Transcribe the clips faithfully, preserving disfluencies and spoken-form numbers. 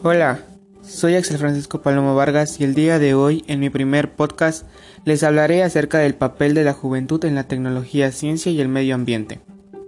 Hola, soy Axel Francisco Palomo Vargas y el día de hoy, en mi primer podcast, les hablaré acerca del papel de la juventud en la tecnología, ciencia y el medio ambiente.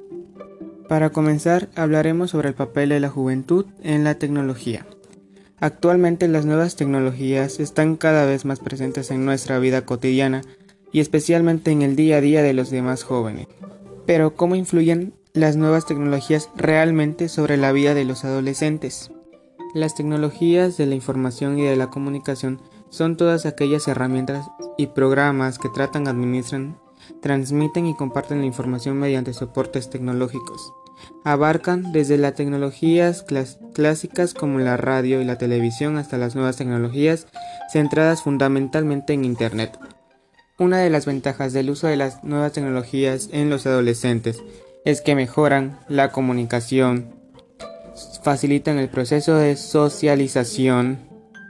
Para comenzar, hablaremos sobre el papel de la juventud en la tecnología. Actualmente las nuevas tecnologías están cada vez más presentes en nuestra vida cotidiana y especialmente en el día a día de los demás jóvenes. Pero, ¿cómo influyen las nuevas tecnologías realmente sobre la vida de los adolescentes? Las tecnologías de la información y de la comunicación son todas aquellas herramientas y programas que tratan, administran, transmiten y comparten la información mediante soportes tecnológicos. Abarcan desde las tecnologías clas- clásicas como la radio y la televisión hasta las nuevas tecnologías centradas fundamentalmente en Internet. Una de las ventajas del uso de las nuevas tecnologías en los adolescentes es que mejoran la comunicación, facilitan el proceso de socialización,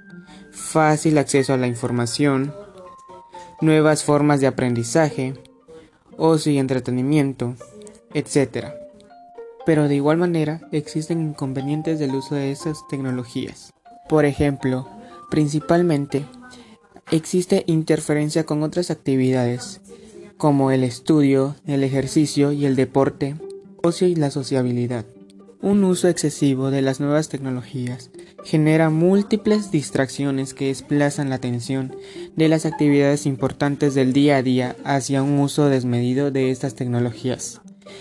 fácil acceso a la información, nuevas formas de aprendizaje, ocio y entretenimiento, etcétera. Pero de igual manera existen inconvenientes del uso de esas tecnologías. Por ejemplo, principalmente existe interferencia con otras actividades como el estudio, el ejercicio y el deporte, ocio y la sociabilidad. Un uso excesivo de las nuevas tecnologías genera múltiples distracciones que desplazan la atención de las actividades importantes del día a día hacia un uso desmedido de estas tecnologías,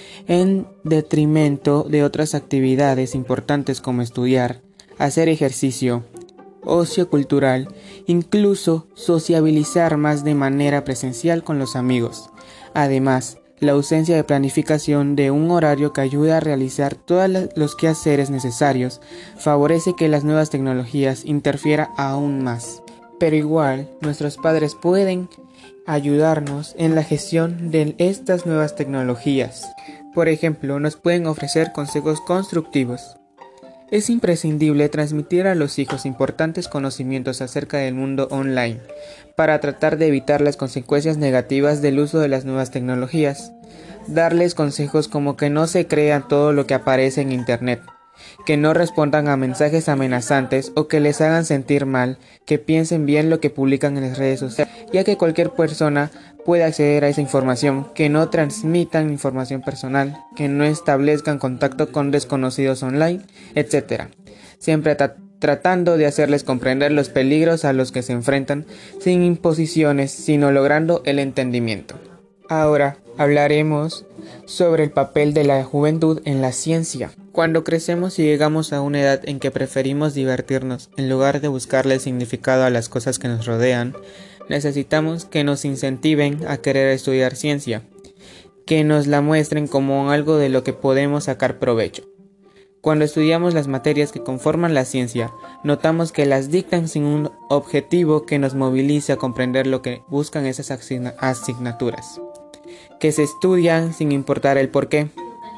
en detrimento de otras actividades importantes como estudiar, hacer ejercicio, ocio cultural, incluso sociabilizar más de manera presencial con los amigos. Además, la ausencia de planificación de un horario que ayuda a realizar todos los quehaceres necesarios favorece que las nuevas tecnologías interfieran aún más. Pero igual, nuestros padres pueden ayudarnos en la gestión de estas nuevas tecnologías. Por ejemplo, nos pueden ofrecer consejos constructivos. Es imprescindible transmitir a los hijos importantes conocimientos acerca del mundo online para tratar de evitar las consecuencias negativas del uso de las nuevas tecnologías. Darles consejos como que no se crean todo lo que aparece en internet, que no respondan a mensajes amenazantes o que les hagan sentir mal, que piensen bien lo que publican en las redes sociales, ya que cualquier persona puede acceder a esa información, que no transmitan información personal, que no establezcan contacto con desconocidos online, etcétera. Siempre tra- tratando de hacerles comprender los peligros a los que se enfrentan sin imposiciones, sino logrando el entendimiento. Ahora hablaremos sobre el papel de la juventud en la ciencia. Cuando crecemos y llegamos a una edad en que preferimos divertirnos en lugar de buscarle significado a las cosas que nos rodean, necesitamos que nos incentiven a querer estudiar ciencia, que nos la muestren como algo de lo que podemos sacar provecho. Cuando estudiamos las materias que conforman la ciencia, notamos que las dictan sin un objetivo que nos movilice a comprender lo que buscan esas asigna- asignaturas, que se estudian sin importar el porqué.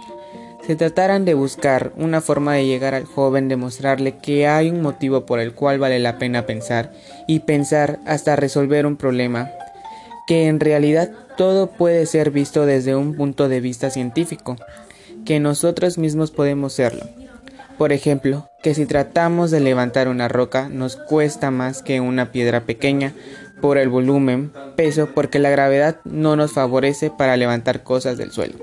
Se trataran de buscar una forma de llegar al joven, demostrarle que hay un motivo por el cual vale la pena pensar y pensar hasta resolver un problema, que en realidad todo puede ser visto desde un punto de vista científico, que nosotros mismos podemos serlo. Por ejemplo, que si tratamos de levantar una roca nos cuesta más que una piedra pequeña por el volumen, peso, porque la gravedad no nos favorece para levantar cosas del suelo.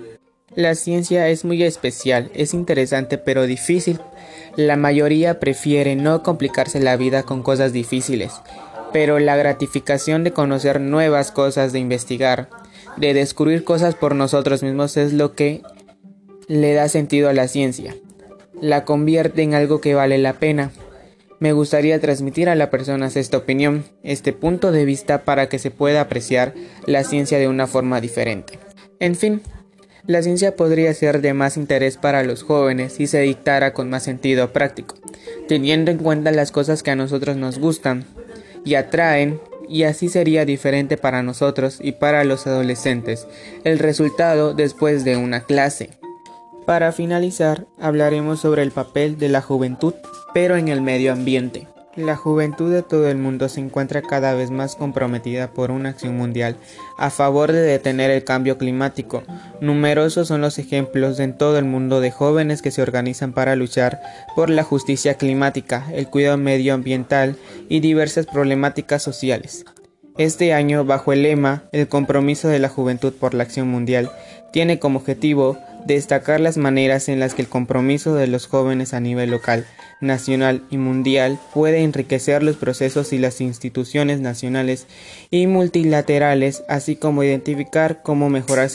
La ciencia es muy especial, es interesante pero difícil. La mayoría prefiere no complicarse la vida con cosas difíciles, pero la gratificación de conocer nuevas cosas, de investigar, de descubrir cosas por nosotros mismos es lo que le da sentido a la ciencia. La convierte en algo que vale la pena. Me gustaría transmitir a las personas esta opinión, este punto de vista para que se pueda apreciar la ciencia de una forma diferente. En fin, la ciencia podría ser de más interés para los jóvenes si se dictara con más sentido práctico, teniendo en cuenta las cosas que a nosotros nos gustan y atraen, y así sería diferente para nosotros y para los adolescentes el resultado después de una clase. Para finalizar, hablaremos sobre el papel de la juventud, pero en el medio ambiente. La juventud de todo el mundo se encuentra cada vez más comprometida por una acción mundial a favor de detener el cambio climático. Numerosos son los ejemplos en todo el mundo de jóvenes que se organizan para luchar por la justicia climática, el cuidado medioambiental y diversas problemáticas sociales. Este año, bajo el lema "El compromiso de la juventud por la acción mundial", tiene como objetivo destacar las maneras en las que el compromiso de los jóvenes a nivel local, nacional y mundial puede enriquecer los procesos y las instituciones nacionales y multilaterales, así como identificar cómo mejorar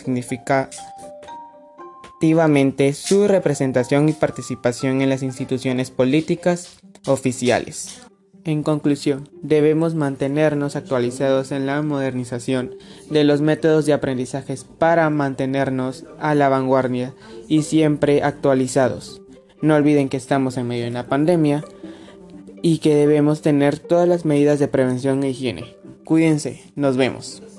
significativamente su representación y participación en las instituciones políticas oficiales. En conclusión, debemos mantenernos actualizados en la modernización de los métodos de aprendizaje para mantenernos a la vanguardia y siempre actualizados. No olviden que estamos en medio de una pandemia y que debemos tener todas las medidas de prevención e higiene. Cuídense, nos vemos.